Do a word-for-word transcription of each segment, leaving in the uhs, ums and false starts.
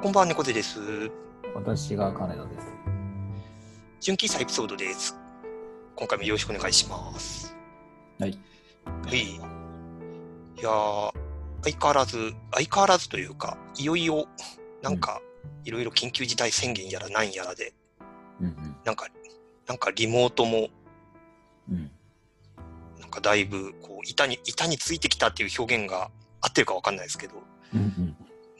こんばんは、猫背です。 私が金田です。 純喫茶エピソードです。今回もよろしくお願いします。 はい。 はい。いやー、相変わらず、相変わらずというか、いよいよ、なんか、いろいろ緊急事態宣言やらなんやらで、 うんうん、 なんか、なんかリモートも、 うん、 なんかだいぶ、こう、板に、板についてきたっていう表現が合ってるかわかんないですけど、 うんうんうん、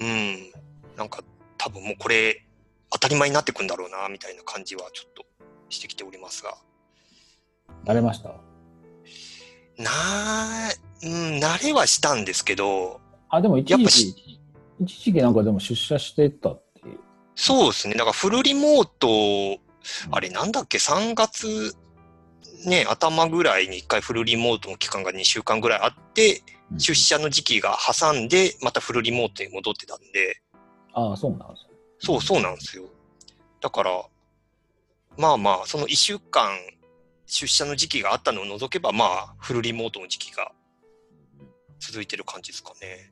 なんか、多分もうこれ、当たり前になってくんだろうな、みたいな感じはちょっとしてきておりますが。 慣れました？ なー、うん、慣れはしたんですけど、 あ、でも一やっぱ時期、一時期なんかでも出社してたっていう。 そうですね。だからフルリモート、 うん、 あれなんだっけ、さんがつね、頭ぐらいにいっかいフルリモートの期間がにしゅうかんぐらいあって、 うん、 出社の時期が挟んで、またフルリモートに戻ってたんで、 ああ、そうなんですよ。 そうそうなんですよ。だから、まあまあ、そのいっしゅうかん出社の時期があったのを除けば、まあ、フルリモートの時期が続いてる感じですかね。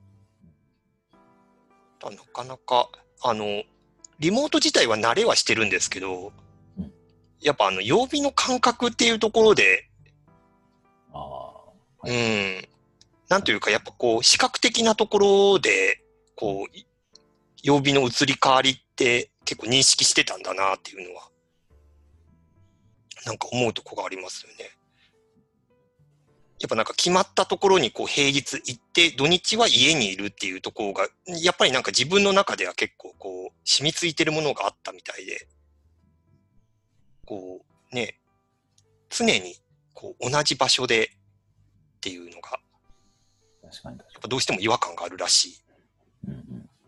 だなかなか、あの、リモート自体は慣れはしてるんですけど、 うん、 やっぱあの、曜日の感覚っていうところで、 ああ、はうい、 ん、なんというか、やっぱこう、視覚的なところで、こう、曜日の移り変わりって結構認識してたんだなっていうのは、なんか思うとこがありますよね。やっぱなんか決まったところにこう平日行って、土日は家にいるっていうところが、やっぱりなんか自分の中では結構こう、染みついてるものがあったみたいで、こう、ね、常にこう同じ場所でっていうのが、 確かに確かに。 やっぱどうしても違和感があるらしい。 うんうん、 うん。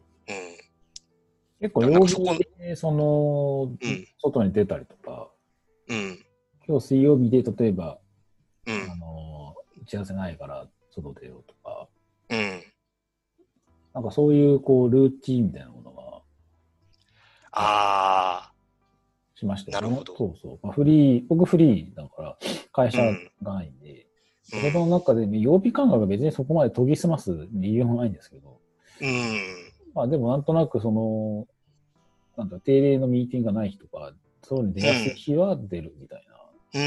結構だからなんかそこ、 曜日でその、 うん、 外に出たりとか、 うん、 今日水曜日で例えば、 うん、 あの、打ち合わせないから外出ようとか、 うん。 なんかそういうこうルーティーンみたいなものがあしましたー、 よ。 なるほど。 そうそう。まあ、フリー、僕フリーだから会社うん、 がないんで、 うん、 仕事の中で、ね、曜日感覚が別にそこまで研ぎ澄ます理由もないんですけど、 うん、 まあでもなんとなくその、なんだ、定例のミーティングがない日とか、そうに出やすい日は出るみたいな、 うん、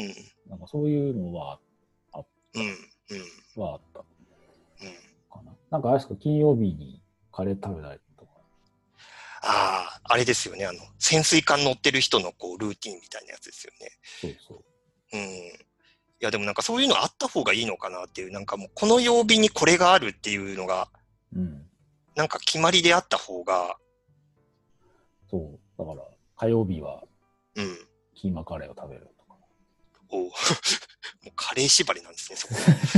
なんかそういうのはあっうん、うん、 た、はあったうん。 かな。なんかあれですか、金曜日にカレー食べたりとか。 ああ、あれですよね。あの、潜水艦乗ってる人のこう、ルーティンみたいなやつですよね。 そうそう。 うん。いや、でもなんかそういうのあった方がいいのかなっていう、なんかもうこの曜日にこれがあるっていうのが、 うん。なんか決まりであった方が、 そう。だから、火曜日はうん。 キーマカレーを食べるとか。 おもうカレー縛りなんですね、そこ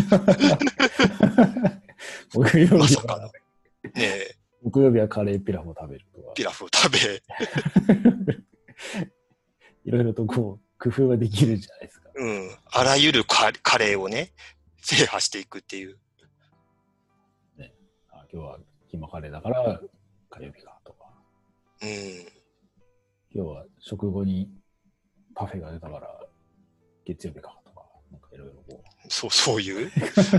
は。 木曜日は、 まさかの。ねえ。 木曜日はカレーピラフを食べるとか。 ピラフを食べ。 いろいろとこう、工夫ができるじゃないですか。 うん。あらゆるカカレーをね、制覇していくっていう。 ね、あ今日はキーマカレーだから火曜日かとか。 うん。 今日は食後にパフェが出たから月曜日かとか。なんかいろいろこう。 そう、そういう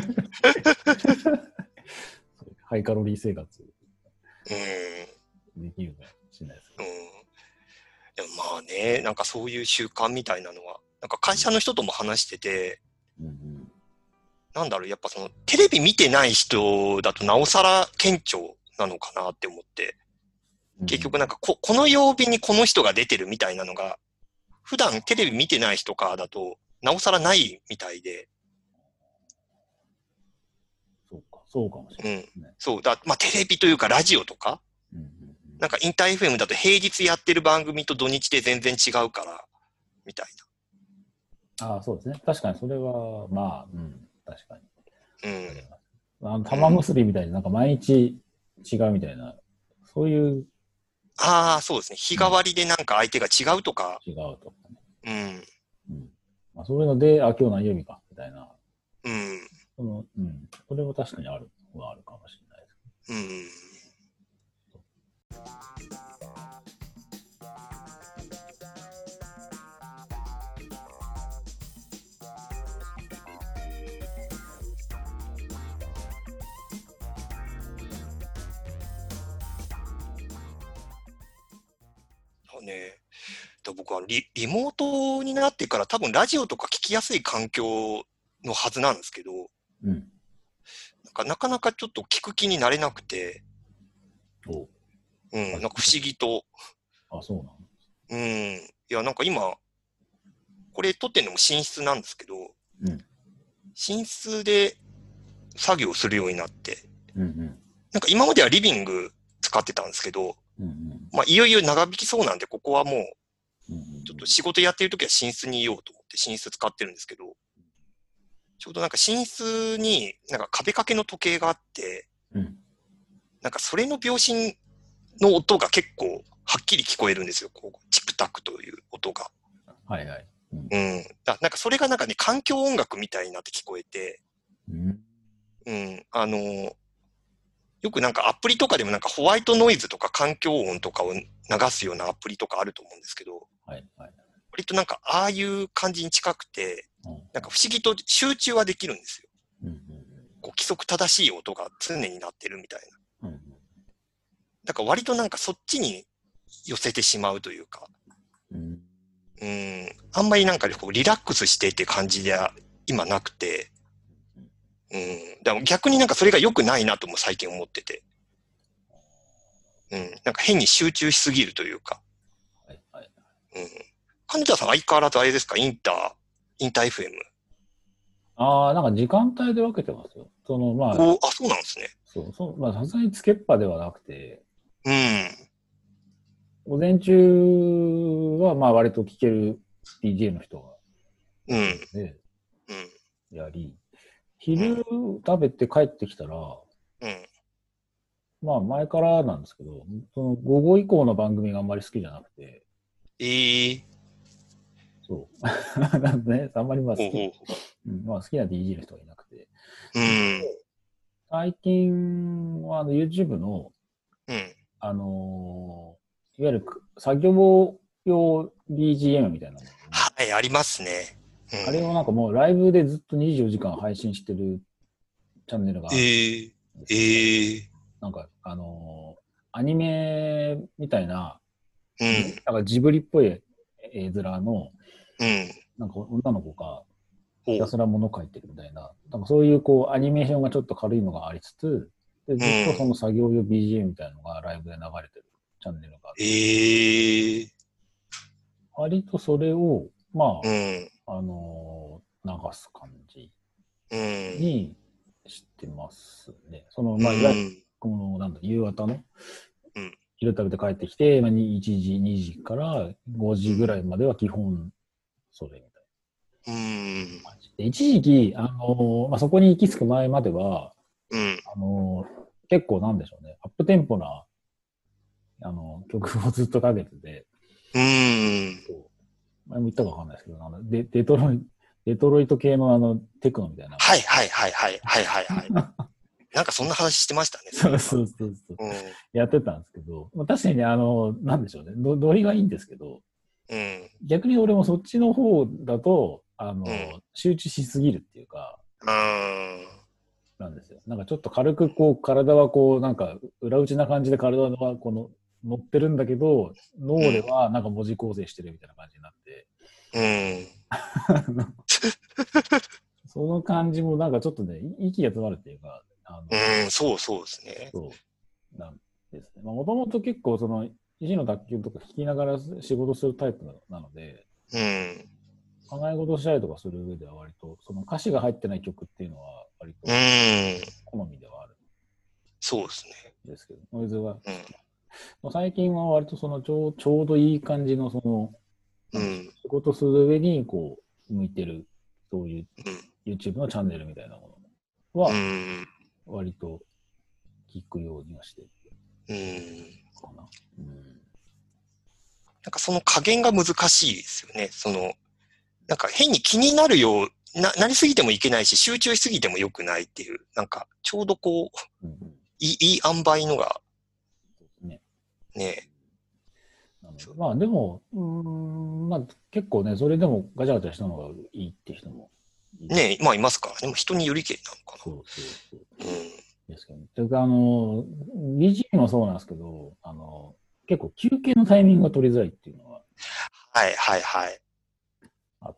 ハイカロリー生活うん。 できるかもしれないですけど。 うん。でもまあね、なんかそういう習慣みたいなのは、なんか会社の人とも話してて、 うんうん、 なんだろう、やっぱそのテレビ見てない人だとなおさら顕著なのかなって思って、結局なんかこ、この曜日にこの人が出てるみたいなのが、普段テレビ見てない人かだとなおさらないみたいで、 そうか、そうかもしれないですね。 うん。そうだ、まあテレビというかラジオとか、 うんうんうん、 なんかインター エフエム だと平日やってる番組と土日で全然違うから、みたいああ、そうですね。確かにそれは、まあ、うん、確かに。 な。うん。 あの玉結びみたいになんか毎日違うみたいな、そういう。 ああ、そうですね。日替わりでなんか相手が違うとか。 違うとかね。 うん。うん。まあ、そういうので、あ、今日何曜日か、みたいな。 うん。 その、うん。それは確かにある、はあるかもしれないです。 うん。 かね。だ僕はリ、リモートになってから多分ラジオとか聞きやすい環境のはずなんですけど、 うん。 なんかなかなかちょっと聞く気になれなくて、 おうん、なんか不思議と、 あ、そうなの。 うん、いや、なんか今、これ撮ってるのも寝室なんですけど、 うん。 寝室で作業するようになって、 うんうん。 なんか今まではリビング使ってたんですけど、 うんうん。 まあいよいよ長引きそうなんで、ここはもう、 うんうん。 ちょっと仕事やってるときは寝室にいようと思って寝室使ってるんですけど、ちょうどなんか寝室になんか壁掛けの時計があって、 うん。 なんかそれの秒針の音が結構はっきり聞こえるんですよ。こう、チクタクという音が。 はいはい。うん。 うん。だなんかそれがなんかね、環境音楽みたいになって聞こえて、 うん。 うん。あのーよくなんかアプリとかでもなんかホワイトノイズとか環境音とかを流すようなアプリとかあると思うんですけど、 はいはい。 割となんかああいう感じに近くて、 うん。 なんか不思議と集中はできるんですよ。 うんうんこう規則正しい音が常になってるみたいな。 うん。うんだから割となんかそっちに寄せてしまうというか、 うん。 うん、あんまりなんかこうリラックスしてって感じでは今なくて、うん、だから逆になんかそれが良くないなとも最近思ってて、うん、なんか変に集中しすぎるというか、 はいはい。 うん。金田さん相変わらずあれですか、インター、インター エフエム。 ああ、なんか時間帯で分けてますよ。その、まあ、 おあ、そうなんですね。 そう、そう、まあ、さすがにつけっぱではなくて、 うん、 午前中は、まあ、割と聴ける ディージェー の人がうん、うん、 でうん、 やり、昼食べて帰ってきたら、 うん。 まあ、前からなんですけど、その午後以降の番組があんまり好きじゃなくて、 ええそう。なんでね、あんまりまあ好き、 ー、おううん、まあ好きな ディージェー の人がいなくて。 おう、うん、 最近はあの YouTube の、 うん。 あのーいわゆる作業用 ビージーエム みたいなものを、 はい、ありますね。うあれをなんん。 かもうライブでずっとにじゅうよじかん配信してるチャンネルがあるええんですよ。 ええなんか、あのーアニメみたいな、 うん、 なんかジブリっぽい絵面の、 うん、 なんか女の子がひたおう、 すら物書いてるみたいな、なんかそういうこうアニメーションがちょっと軽いのがありつつ、でうずっとそん。 の作業用 ビージーエム みたいなのがライブで流れてるチャンネルがあって、 ええ割とそれを、まうん、 あ、あのー流す感じうん、 にしてますね。その、 うまあ、いわゆる、 ん、 この、なんだ、夕方の、 うん、 昼食べて帰ってきて、まあ、いちじ、にじからごじぐらいまでは基本、それみたいうん、 な感じで。一時期、あのーまあ、そこに行き着く前までは、 うん、 あのー結構なんでしょうね、アップテンポな、あの、曲をずっとかけてて、 うん。 そう前も言ったかわかんないですけど、あのデデトロイ、デトロイト系のあの、テクノみたいな。 はいはいはいはいはいはいはい。なんかそんな話してましたね、そういえば。 そうそうそうそう。 うん、 やってたんですけど、まあ、確かにね、あの、なんでしょうね、どノリがいいんですけど、 うん、 逆に俺もそっちの方だと、あうん、 の、集中しすぎるっていうか、 うん、 なんですよ。なんかちょっと軽くこう、体はこう、なんか裏打ちな感じで体はこの、乗ってるんだけど、脳ではなんか文字構成してるみたいな感じになって、 うん、 その感じもなんかちょっとね、息が詰まるっていうか、あの、 うん、そうそうですね。 そうなんですね。もともと結構その、石の卓球とか弾きながら仕事するタイプなので、 うん、 考え事したりとかする上では割と、その歌詞が入ってない曲っていうのは割うとん、 好みではあるそうですね。 んですけど、ノイズが好うん、 きな。最近は割とそのちょうちょうどいい感じのその、なんでしょう、 うん、 仕事する上にこう、向いてる、そういううん、 YouTube のチャンネルみたいなものうは、 ん、 割と聞くようにはしてるうん。 かな。うん。 なんかその加減が難しいですよね。その、なんか変に気になるような、なりすぎてもいけないし、集中しすぎても良くないっていう、なんかちょうどこう、 うんうん。 いい、いい塩梅のがそうですね。 ね、 なので、まあでも、うーん、まあ結構ね、それでもガチャガチャしたのがいいって人もいる。 ね、まあいますからね。でも人によりけりなのかそうそうそう。 な。うん。 ですけど、ね、というか、あの、ビージーエム もそうなんですけど、あの、 結構休憩のタイミングが取りづらいっていうのがはいはいはい。 あって、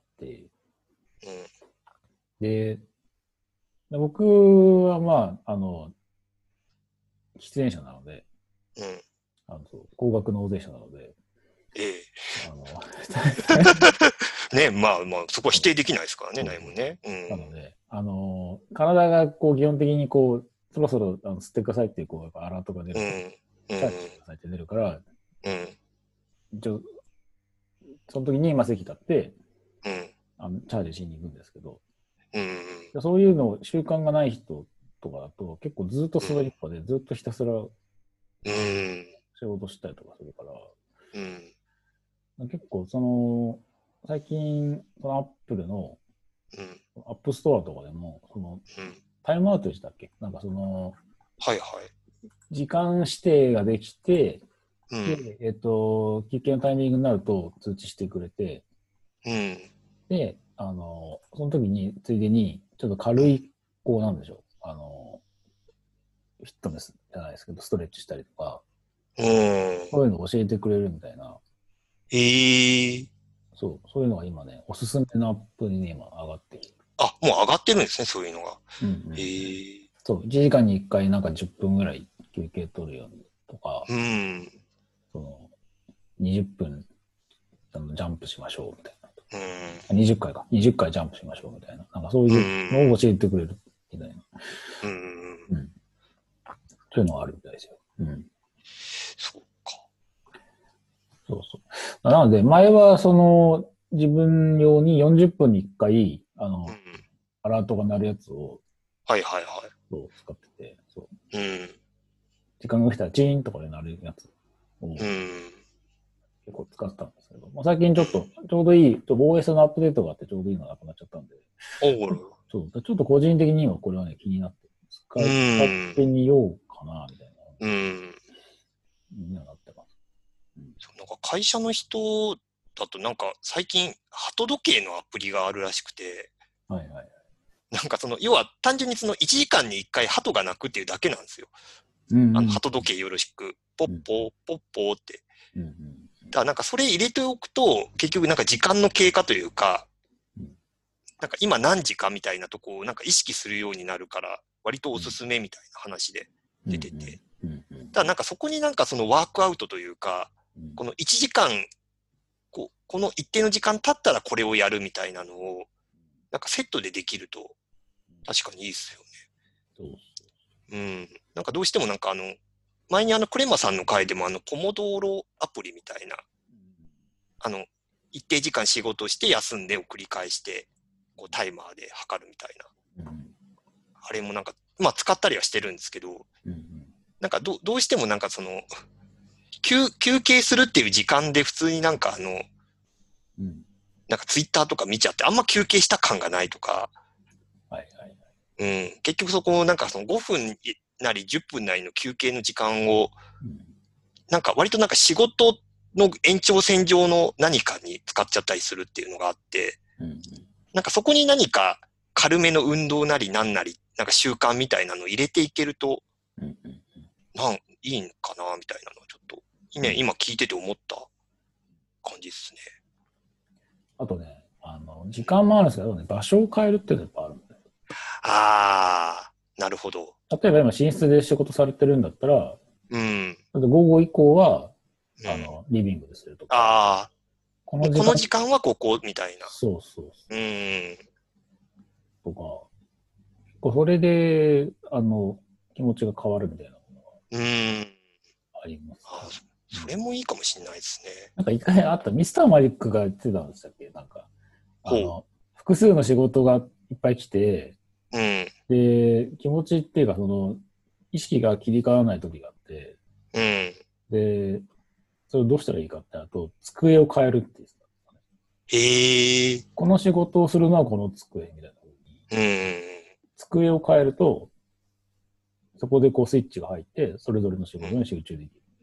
うん。 で、で僕はまあ、あの、喫煙者なので、 うん。 あのそう高額納税者なので、 ええ。 あの、 ね、まあまあ、そこは否そう定できないですからね、 そうそう何もね。うん。 なので、あの、体がこう基本的にこう、そろそろあの吸ってくださいっていう、こう、やっぱアラートが出ると、 うん。うん。 チャージしてくださいって出るから、 うん。 一応、その時に今席立って、 うん。 あのチャージしに行くんですけど、 うん。 そういうの習慣がない人とかだと、結構ずっとうん。 座りっぱで、ずっとひたすらうん。 仕事したりとかするから、 うん。 結構その、最近、そのアップルの、 うん。 アップストアとかでも、その、 うん。 タイムアウトでしたっけなんかその、 はいはい。 時間指定ができて、 うん。 で、えっと、休憩のタイミングになると通知してくれて、 うん。 で、あの、その時に、ついでに、ちょっと軽い、こうなんでしょう、あの、フィットネスじゃないですけど、ストレッチしたりとか、 うん。 そういうのを教えてくれるみたいな、 ええ。 そう、そういうのが今ね、おすすめのアップにね、今上がってる。 あ、もう上がってるんですね、そういうのが。 うんうんうん。 ええ。 そう、いちじかんにいっかいなんかじゅっぷんぐらい休憩取るようにとか、 うん。 その、にじゅっぷんあのジャンプしましょうみたいな。 うん。 にじゅっかいか。にじゅっかいジャンプしましょうみたいな。なんかそうういうのをん。 教えてくれるみたいな。 うん。 うん。そういうのがあるみたいですよ。うん。 そうか。 そうそう。なので、前はその、自分用によんじゅっぷんにいっかい、あの、 うん。 アラートが鳴るやつを、 はいはいはそう、使ってて、そう。 い。うん。 時間が来たらチーンとかで鳴るやつをうん。 結構使ってたんですけど、まあ、最近ちうん。 ょっと、ちょうどいい、オーエス のアップデートがあってちょうどいいのがなくなっちゃったんで、 おる。 そう、ちょっと個人的にはこれはね、気になって、 う使い使ってん。 みようかな、みたいな、 うん。 にはなってます。うん、 そうなんか会社の人だとなんか最近、鳩時計のアプリがあるらしくて、 はいはい。 なんかその、要は単純にそのいちじかんにいっかい鳩が鳴くっていうだけなんですよ。あの、 うんうん。 鳩時計よろしく、ポッうんポー、ポッポーって。 うんうんだからなんかそれ入れておくと、結局なんか時間の経過というか、 うん。 なんか今何時かみたいなとこをなんか意識するようになるから、割とおすすめみたいな話でうん出てて。 うんうんただなんかそこになんかそのワークアウトというか、 うんこのいちじかん、こう、この一定の時間経ったらこれをやるみたいなのを、なんかセットでできると、確かにいいっすよそうね。うん。なんかどうしてもなんかあの、前にあのクレマさんの回でもあの、ポモドーロアプリみたいな、あの、一定時間仕事して休んでを繰り返して、こうタイマーで測るみたいな。 うんあれもなんか、まあ使ったりはしてるんですけど、 うんうんなんかどどうしてもなんかその、休、休憩するっていう時間で普通になんかあの、 うんなんかツイッターとか見ちゃってあんま休憩した感がないとか、 はいはいうん、結局そこなんかそのごふんなりじゅっぷんなりの休憩の時間を、 うんなんか割となんか仕事の延長線上の何かに使っちゃったりするっていうのがあって、 うんなんかそこに何か軽めの運動なりなんなり、なんか習慣みたいなのを入れていけると、 うんうんなん、いいんかなみたいなのをちょっと、ね、 うん今聞いてて思った感じですね。 あとね、あの、時間もあるんですけどね、場所を変えるっていうのがやっぱあるんだよ。 あー、なるほど。 例えば今寝室で仕事されてるんだったら、 うん、 午後以降は、 うん。 あの、リビングでするとか、 あー、もうここの時間、 の時間はここみたいな。 そうそううん、 とか、こうそれで、あの、気持ちが変わるみたいなものがうん。 ありますあー、 ね。 そそれうん、 もいいかもしれないですね。 なんか一回あった、ミスターマリックが言ってたんでしたっけなんか、あほの、複数の仕事がいっぱい来て、 う。うん、 で、気持ちっていうか、その、意識が切り替わらない時があって、 うん。 で、それをどうしたらいいかってなると、机を変えるって言ってた。 へえ、 この仕事をするのはこの机みたいな風に。 うん。 机を変えると、そこでこうスイッチが入って、それぞれの仕事に集中できる。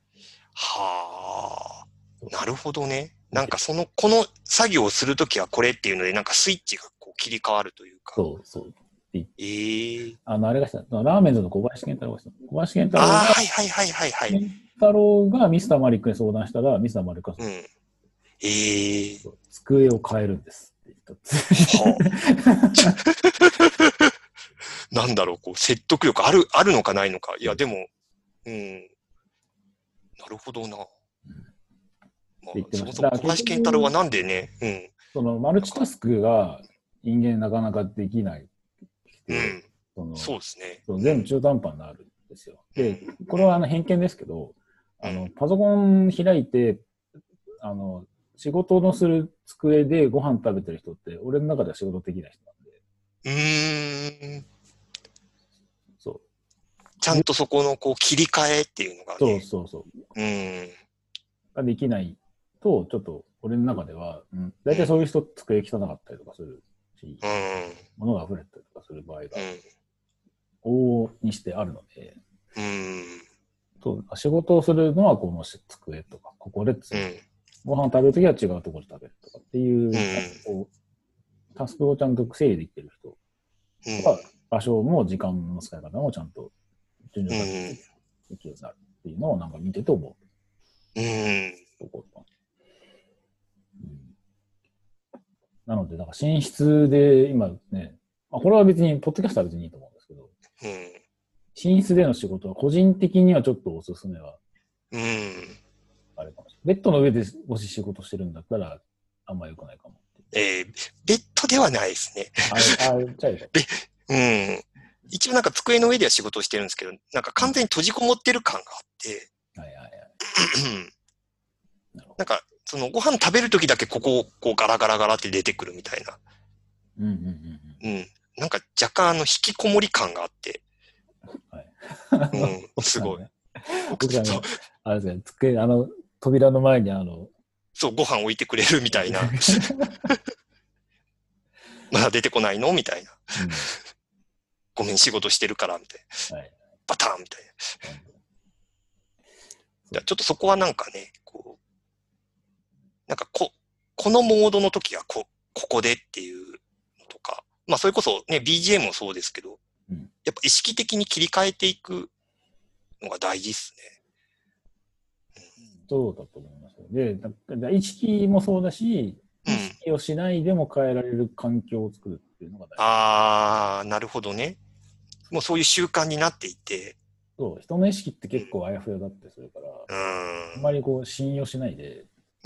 はあ、 そうなるほどね。 そうなんかその、この作業をするときはこれっていうので、なんかスイッチがこう切り替わるというか。 そうそう。 ええ。 あの、あれがした、ラーメンズの小林健太郎がした。小林健太郎ああ、 が、 はいはいはいはいはい。 ね、 太郎がミスターマリックに相談したら、ミスターマリックは、 うん。ええー。 机を変えるんですって言ったはあ。なんだろう、こう、説得力ある、あるのかないのか。いや、でも、うん。なるほどな。まあ、そもそも小林健太郎はなんでね、うん。 そのマルチタスクが人間なかなかできない。 うん。 そのそうですね。 そう全部中途半端になるんですよ。 うん、 で、これはあの偏見ですけど、あの、パソコン開いて、あの、仕事のする机でご飯食べてる人って、俺の中では仕事できない人なんで。 うーん。 そう。 ちゃんとそこのこう切り替えっていうのがね。 そうそうそう。 うん。 ができないと、ちょっと俺の中では、うん、大体そういう人机汚かったりとかするし、 うん、 物が溢れたりとかする場合が、 うん、 往々にしてあるので、 うん、 と仕事をするのはこの机とか、ここでつ、うん、ご飯を食べるときは違うところで食べるとかっていう、うん、タスクをちゃんと整理できてる人は、場所も時間の使い方もちゃんと順序立ててできるようになるっていうのをなんか見てて思う。うん。うん、なので、なんか寝室で今ね、まあ、これは別に、ポッドキャストは別にいいと思うんですけど、うん、寝室での仕事は個人的にはちょっとおすすめは、うん、あれかもしれない。ベッドの上でもし仕事してるんだったら、あんま良くないかも。 えー、ベッドではないですね。あ、あ、じゃあうん。一応なんか机の上では仕事をしてるんですけど、なんか完全に閉じこもってる感があって、はいはいはい。なんか、そのご飯食べるときだけここをこうガラガラガラって出てくるみたいな。うんうんうんうん。うん。なんか若干あの引きこもり感があって。はい。うん、すごい。 僕はね、あれですね、机、あの、扉の前にあの、 そう、ご飯置いてくれるみたいな。まだ出てこないのみたいな。うん、ごめん、仕事してるから、みたいな。はい、バターンみたいな。うん、ちょっとそこはなんかね、こう、なんかこ、このモードの時はこ、ここでっていうのとか、まあそれこそね、ビージーエム もそうですけど、うん、やっぱ意識的に切り替えていくのが大事っすね。 うん、そうだと思います。で、だ意識もそうだし、意識をしないでも変えられる環境を作るっていうのが大事。 ああ、なるほどね。もうそういう習慣になっていて。 そう、人の意識って結構あやふやだったりするから、うん、あんまりこう信用しないで、うん、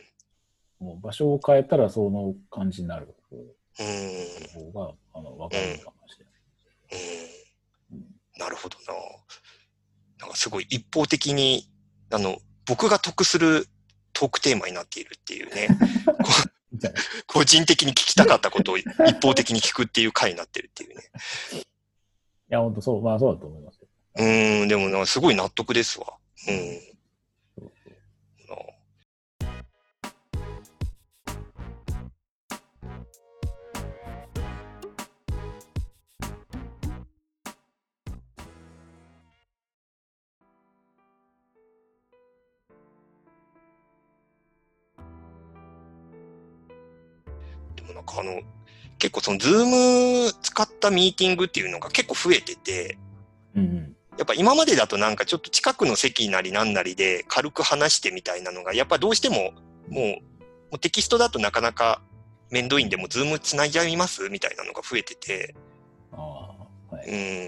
もう場所を変えたらその感じになる方が、あの、わかるかもしれない。 うんうん、なるほどな。なんかすごい一方的に、あの、僕が得するトークテーマになっているっていうね。個人的に聞きたかったことを一方的に聞くっていう回になってるっていうね。 いや、ほんとそう、まあそうだと思いますよ。 うーん、でもなんかすごい納得ですわ。うん。そうそうでもなんかあの、結構そのズーム使ったミーティングっていうのが結構増えてて、うんうん、やっぱ今までだとなんかちょっと近くの席なりなんなりで軽く話してみたいなのが、やっぱどうしてももう、もうテキストだとなかなか面倒いんでもズームつないじゃいますみたいなのが増えてて、あ、はい、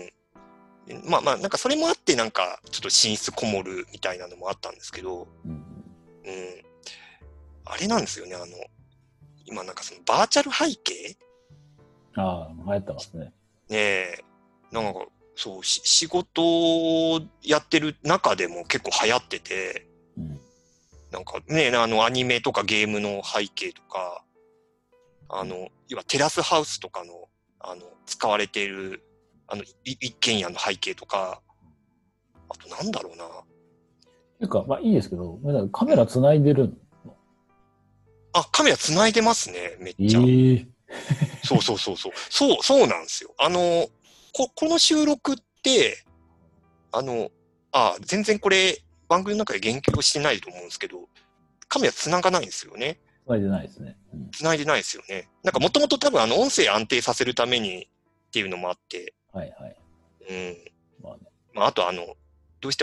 うん、まあまあなんかそれもあってなんかちょっと寝室こもるみたいなのもあったんですけど、うん、うん、あれなんですよね、あの、今なんかそのバーチャル背景ああ、流行ってますね。ねえ、なんかそう、仕事をやってる中でも結構流行ってて、うん、なんかね、あのアニメとかゲームの背景とか、あの、要はテラスハウスとかの、あの、使われている、あの、一軒家の背景とか、あとなんだろうな。 ていうか、まあいいですけど、カメラ繋いでるの、うん、 あ、カメラ繋いでますね、めっちゃ。えー、そうそうそうそう。そう、そうなんですよ。あの、こ、この収録って、あの、あ、全然これ、番組の中で言及をしてないと思うんですけど、カメラ繋がないんですよね。 繋いでないですね。 うん、繋いでないですよね。なんかもともと多分あの音声安定させるためにっていうのもあって。 はいはい。 うん。まあね。まああとあの、どうしても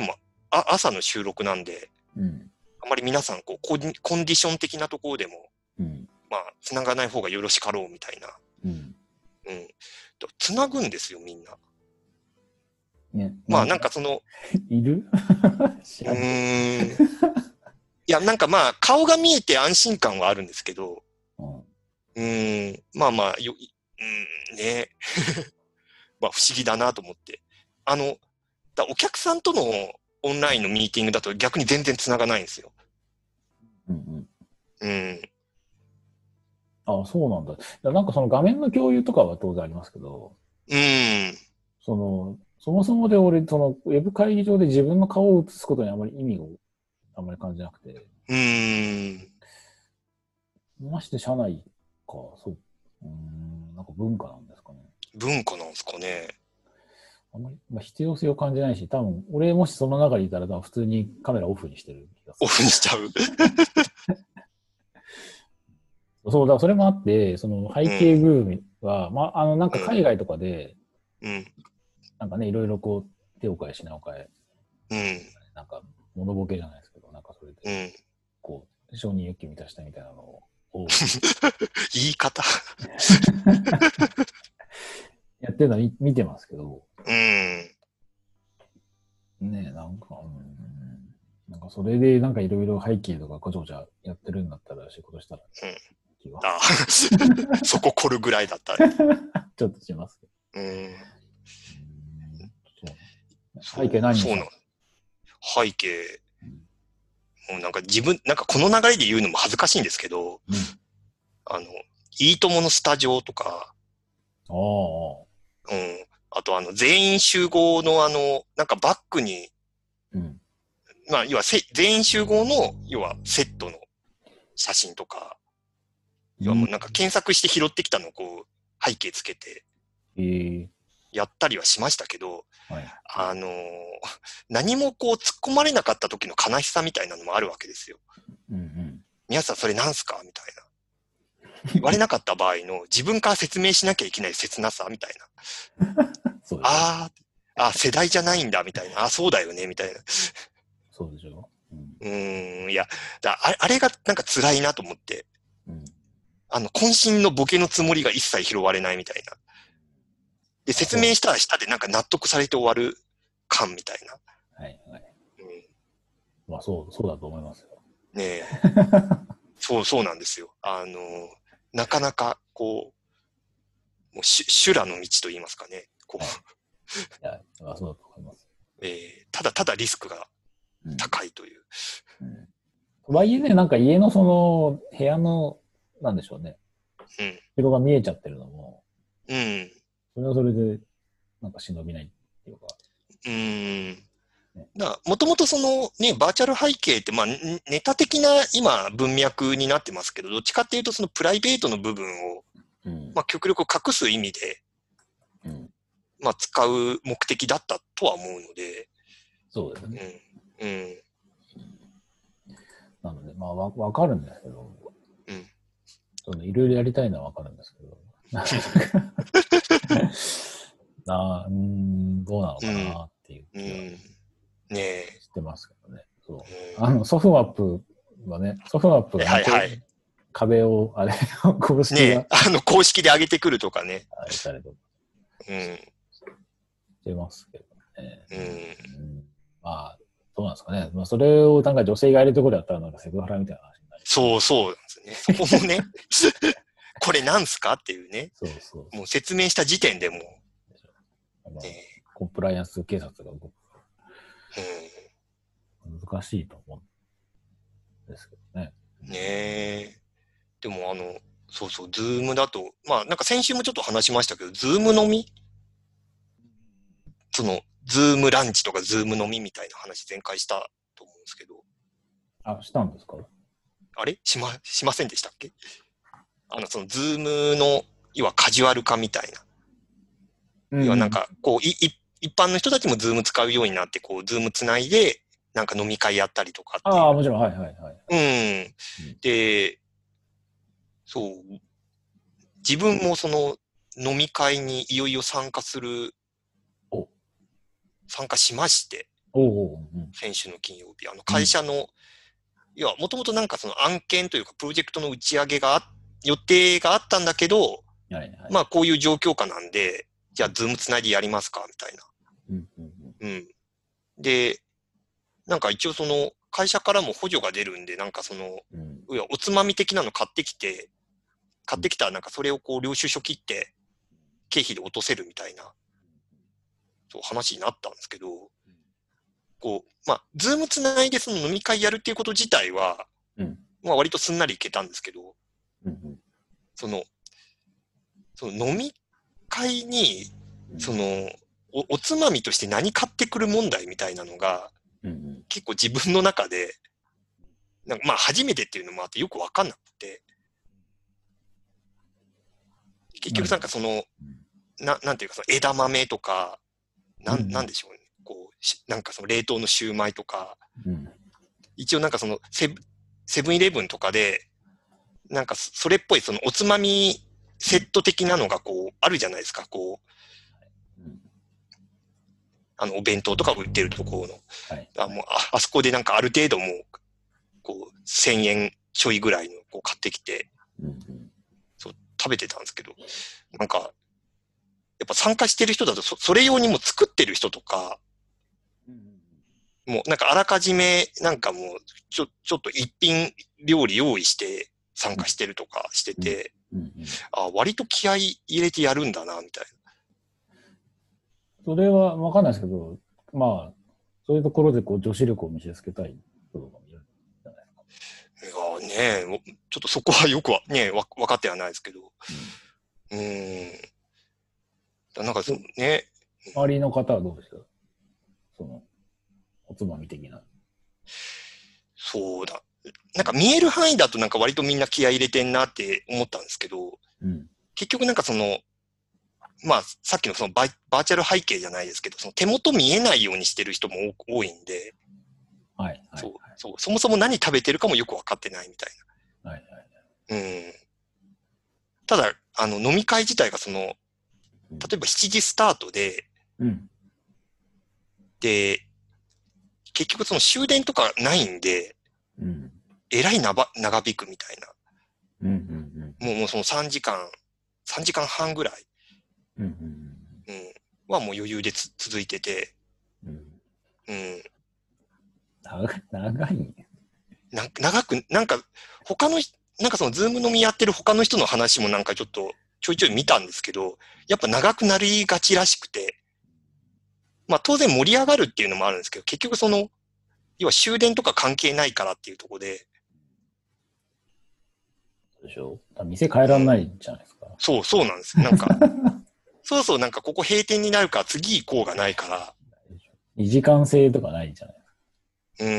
あ朝の収録なんで、 うん、 あまり皆さんこうコン、コンディション的なところでも、 うん、 まあ、繋がない方がよろしかろうみたいな。 うん。 うん。と繋ぐんですよ、みんな。 ね、 まあ、なんかその、 いる知うらんけーん。いや、なんかまあ、顔が見えて安心感はあるんですけど、 ど。 うーん、まあまあ、よ、うん、ね。まあ、不思議だなと思って。あの、だお客さんとのオンラインのミーティングだと逆に全然繋がないんですよ。 うんうん。 うん。 あ、そうなんだ。いやなんかその画面の共有とかは当然ありますけど、 うん。 その、そもそもで俺、その、ウェブ会議上で自分の顔を映すことにあまり意味をあんまり感じなくて、 うーん。 まして社内か、そう。うーん、なんか文化なんですかね。 文化なんですかね。 あんまり、まあ、必要性を感じないし、多分、俺もしその中にいたら、多分普通にカメラオフにしてる気がすオフにしちゃう。 る。そうだ、それもあって、その背景ブームは、まあ、あの、なんか海外とかで、 うん。 なんかね、いろいろこう、手を変え品を変え、 うん。 なんか、物ボケじゃないですけど、なんかそれで、 うん。 こう、承認欲求満たしたみたいなのを、 言い方。 やってるのは見見てますけど、 うん。 ね、なんか、うん、なんかそれでなんかいろいろ背景とかごちゃごちゃやってるんだったら仕事したらうん。 気があそこ凝るぐらいだったら。 ちょっとしますけど。 うん。 うんそう背景何にしたの？ そうなの。背景。もうなんか自分、なんかこの流れで言うのも恥ずかしいんですけど、 うん、 あの、いいとものスタジオとか、 ああ、 うん。あとあの、全員集合のあの、なんかバックに、 うん、 まあ、要はせ全員集合の、要はセットの写真とか、要はもうなんか検索して拾ってきたのをこう、背景つけて、 えー、 やったりはしましたけど、 はい。 あのー何もこう突っ込まれなかった時の悲しさみたいなのもあるわけですよ。 うんうん。 皆さんそれなんすかみたいな。言われなかった場合の自分から説明しなきゃいけない切なさみたいな。 そうでしょ。 ああ、あ、世代じゃないんだみたいな。あ、そうだよねみたいな。 そうでしょ。うん、 うーん、いや、だあれあれがなんか辛いなと思って。 うん、 あの、渾身のボケのつもりが一切拾われないみたいな。で、 あ、そう。 説明したら下でなんか納得されて終わる感みたいな。 はいはい。 うん、 まあそう、そうだと思いますよ。 ねえ。そう、そうなんですよ。あの、なかなか、こう、もう修羅の道と言いますかね。こう、 はい、いや、まあそうだと思います。 えー、ただただリスクが高いという。 うんうん、とはいえね、なんか家のその部屋の、なんでしょうね。 うん。 色が見えちゃってるのも、 うん。 それはそれで、なんか忍びないっていうか。 うん。もともとそのね、バーチャル背景って、まあ、ネタ的な今文脈になってますけど、どっちかっていうとそのプライベートの部分を、 うん、 まあ、極力隠す意味で、 うん、 まあ、使う目的だったとは思うので。 そうですね。 うん。うん。 なので、まあ、わ、わかるんですけど、 うん。 そのいろいろやりたいのはわかるんですけど、なうん、どうなのかなっていう気はしてますけどね。そう。あの、ソフトアップはね、ソフトアップが、ね、 はいはい。 壁を、あれ、公式が。 ねあの、公式で上げてくるとかね。 あれたりとか。 うん。 してますけどね。 うん。 うん、まあ、どうなんですかね。まあ、それをなんか女性がいるところだったら、なんかセクハラみたいな話になりそうそうなんですね。そこもね、これなんすかっていうね。 そうそうそう。 もう説明した時点でもう。 まあ、コンプライアンス警察が動く。うん、難しいと思うんですけどね。 ねえ。でもあの、そうそう、ズームだと、まあなんか先週もちょっと話しましたけど、ズーム飲みその、ズームランチとかズーム飲みみたいな話前回したと思うんですけど。 あ、したんですか？ あれしま、しませんでしたっけ？あの、その、ズームの、要はカジュアル化みたいな。要はなんか、こう、い、い、一般の人たちもズーム使うようになって、こう、ズームつないで、なんか飲み会やったりとかっていう。 ああ、もちろん、はいはいはい。 うん。で、そう。自分もその飲み会にいよいよ参加する、参加しまして。 おうおう、うん、 先週の金曜日。あの会社の、うん、いや、もともとなんかその案件というかプロジェクトの打ち上げがあ、予定があったんだけど、 はいはい、 まあこういう状況下なんで、じゃあズームつないでやりますかみたいな。 うんうんうん、 で、なんか一応その会社からも補助が出るんで、なんかその、うん、いやおつまみ的なの買ってきて、買ってきたらなんかそれをこう領収書切って経費で落とせるみたいな、そう話になったんですけど、こう、まあ、ズームつないでその飲み会やるっていうこと自体は、うん、まあ割とすんなりいけたんですけど、うんうん、その、その飲み会に、そのお、おつまみとして何買ってくる問題みたいなのが、うんうん、結構自分の中で、なんかまあ初めてっていうのもあってよくわかんなくて、結局なんかその、な、なんていうかその枝豆とか、なん、なんでしょうね。こう、なんかその冷凍のシューマイとか、うん、一応なんかそのセブ、セブンイレブンとかで、なんかそれっぽいそのおつまみセット的なのがこう、あるじゃないですか、こう。うん、あの、お弁当とか売ってるところの。はい、あもうあ、あそこでなんかある程度もう、こう、せんえんちょいぐらいのこう買ってきて、うんうん、そう、食べてたんですけど、なんか、やっぱ参加してる人だとそ、それ用にも作ってる人とか、もうなんかあらかじめなんかもうちょ、ちょっと一品料理用意して参加してるとかしてて、うんうんうん、あ割と気合い入れてやるんだな、みたいな。 それはわかんないですけど、まあ、そういうところでこう女子力を見せつけたい人とかもいるんじゃないですか。 いやね、ちょっとそこはよくはね、わ分かってはないですけど。うん。うんなんかそのね。 周りの方はどうですか？その、おつまみ的な。 そうだ。なんか見える範囲だとなんか割とみんな気合い入れてんなって思ったんですけど、うん、結局なんかその、まあさっきのそのバーバーチャル背景じゃないですけど、その手元見えないようにしてる人も多いんで、 はいはいはい、 そうそうそもそも何食べてるかもよくわかってないみたいな。はいはいはい、うん、ただ、あの飲み会自体がその、例えばしちじスタートで、うん、で、結局その終電とかないんで、うん、えらい長引くみたいな。うんうんうん、もうもうそのさんじかん、さんじかんはんぐらい、うんうんうん、はもう余裕でつ続いてて、うんうん、 長いね。 な長く、なんか他の、なんかそのズーム飲みやってる他の人の話もなんかちょっとちょいちょい見たんですけど、やっぱ長くなりがちらしくて、まあ当然盛り上がるっていうのもあるんですけど、結局その、要は終電とか関係ないからっていうところで。 でしょ？店変えらんないじゃないですか。うん、 そう、そうなんです。なんか、そうそう、なんかここ閉店になるから次行こうがないから。 にじかん制とかないじゃないですか。うん。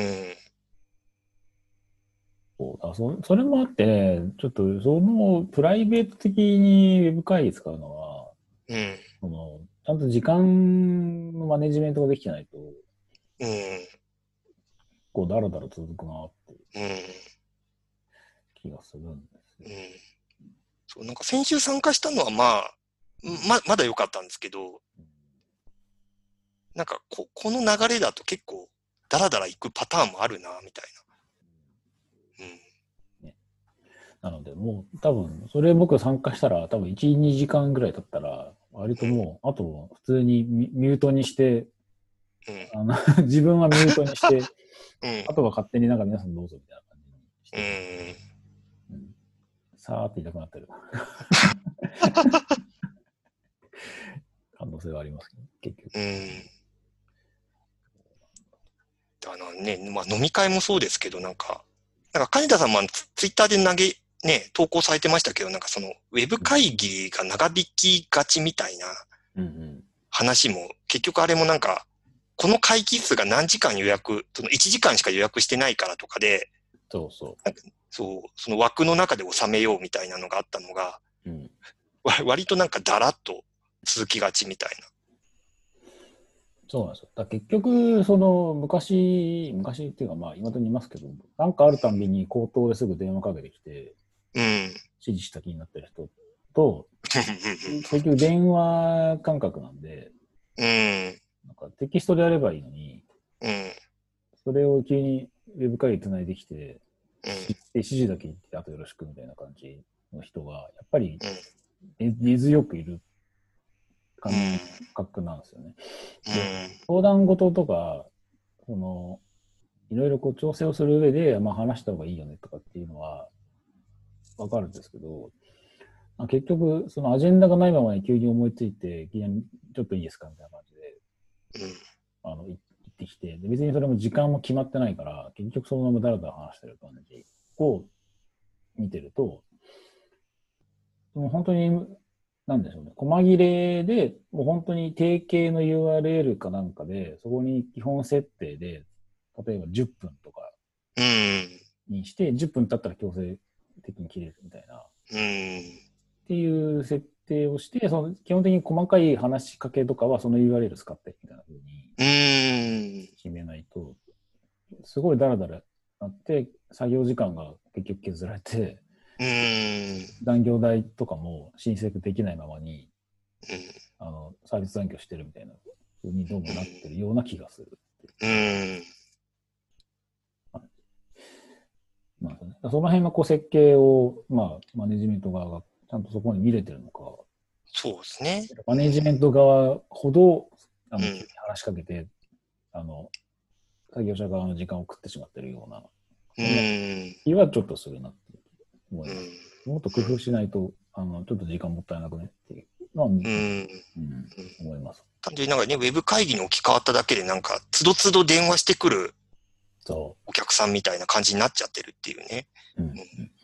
そうだそ、それもあってね、ちょっとそのプライベート的にウェブ会議使うのは、うん。そのちゃんと時間のマネジメントができてないと、うん。こう、だらだら続くなっていう気がするんですよ。うん。 そう、なんか先週参加したのはまあ、ま、まだ良かったんですけど、なんかこ、この流れだと結構、だらだら行くパターンもあるな、みたいな。うん。 ね、なので、もう多分、それ僕参加したら、多分いち、にじかんぐらい経ったら、割ともう、うん、あと普通にミュートにして、うん、あの自分はミュートにして、うん、あとは勝手になんか皆さんどうぞみたいな感じにして、うんうん、さーっていなくなってる可能性はありますけど、結局。うんあのね、まあ飲み会もそうですけど、なんか、なんか金田さんもツイッターで投げ、ね、投稿されてましたけど、なんかその、ウェブ会議が長引きがちみたいな話も、結局あれもなんか、この会期数が何時間予約、そのいちじかんしか予約してないからとかで、 そうそう。 そう、その枠の中で収めようみたいなのがあったのが、うん、割となんかだらっと続きがちみたいな。 そうなんですよ。だ結局、その昔、昔っていうかまあ今と言いますけど、なんかあるたんびに口頭ですぐ電話かけてきて、うん、指示した気になってる人と、結局電話感覚なんで、うん、なんかテキストでやればいいのに、 うん。 それを急にウェブ会議つないできて、 うん。 指示だけ言ってあとよろしくみたいな感じの人が、やっぱりうん。 根強くいる感覚なんですよね。で、相談事とか、その、いろいろこう調整をする上で、まあ話した方がいいよねとかっていうのはわかるんですけど、結局、そのアジェンダがないままに急に思いついて、いきなりちょっといいですかみたいな感じで、 うん、 あの、言ってきて、で別にそれも時間も決まってないから、結局そのままだらだら話してる感じを見てると、もう本当に、なんでしょうね、細切れで、もう本当に定型の ユーアールエル かなんかで、そこに基本設定で、例えばじゅっぷんとかにして、じゅっぷん経ったら強制的に切れるみたいな。 うんっていう設定をして、その基本的に細かい話しかけとかはその ユーアールエル 使ってみたいな風に決めないと、すごいダラダラなって、作業時間が結局削られて、残業代とかも申請できないままに、あのサービス残業してるみたいな風にどうもなってるような気がする。うんまあ、その辺のこう設計を、まあ、マネジメント側がちゃんとそこに見れてるのか。 そうですね。 マネジメント側ほど、あの、うん、話しかけて、あの、作業者側の時間を食ってしまってるような、気はちょっとするなって思います。うん、もっと工夫しないと、あの、ちょっと時間もったいなくねっていうのは、うんうん、思います。 単純になんかね、ウェブ会議に置き換わっただけで、なんか、つどつど電話してくるお客さんみたいな感じになっちゃってるっていうね。うん。うん。うん。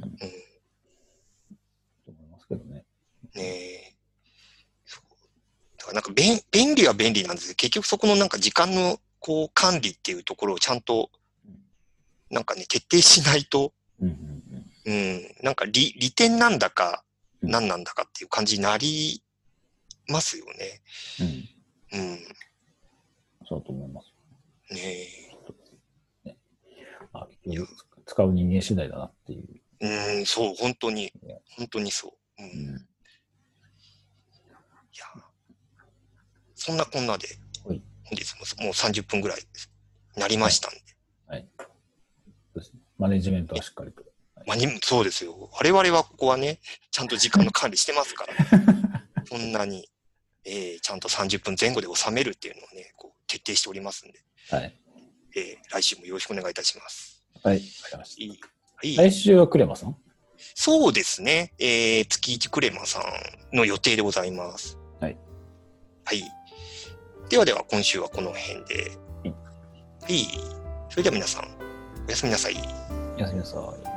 と思いますけどね。 ねえ。そう。だからなんか便、便利は便利なんですけど、結局そこのなんか時間のこう管理っていうところをちゃんと、なんかね、徹底しないと、うん。うん。なんか利、利点なんだか、何なんだかっていう感じになりますよね。うん。うん。 そうと思います。 ねえ。 あ、使う人間次第だなっていう。 うん、そう、本当に、本当にそう。うん。うん、いや、そんなこんなで、本日ももうさんじゅっぷんぐらいなりましたんで。はい。はい、 そうですね。マネジメントはしっかりと。 マネそうですよ。我々はここはね、ちゃんと時間の管理してますから、そんなに、えー、ちゃんとさんじゅっぷんぜん後で収めるっていうのをね、こう徹底しておりますんで。はい。えー、来週もよろしくお願いいたします。 はい、わかりました。はい、来週はクレマさん？ そうですね。えー、月一クレマさんの予定でございます。はい。はい。ではでは、今週はこの辺で。はい。はい。それでは皆さん、おやすみなさい。 おやすみなさい。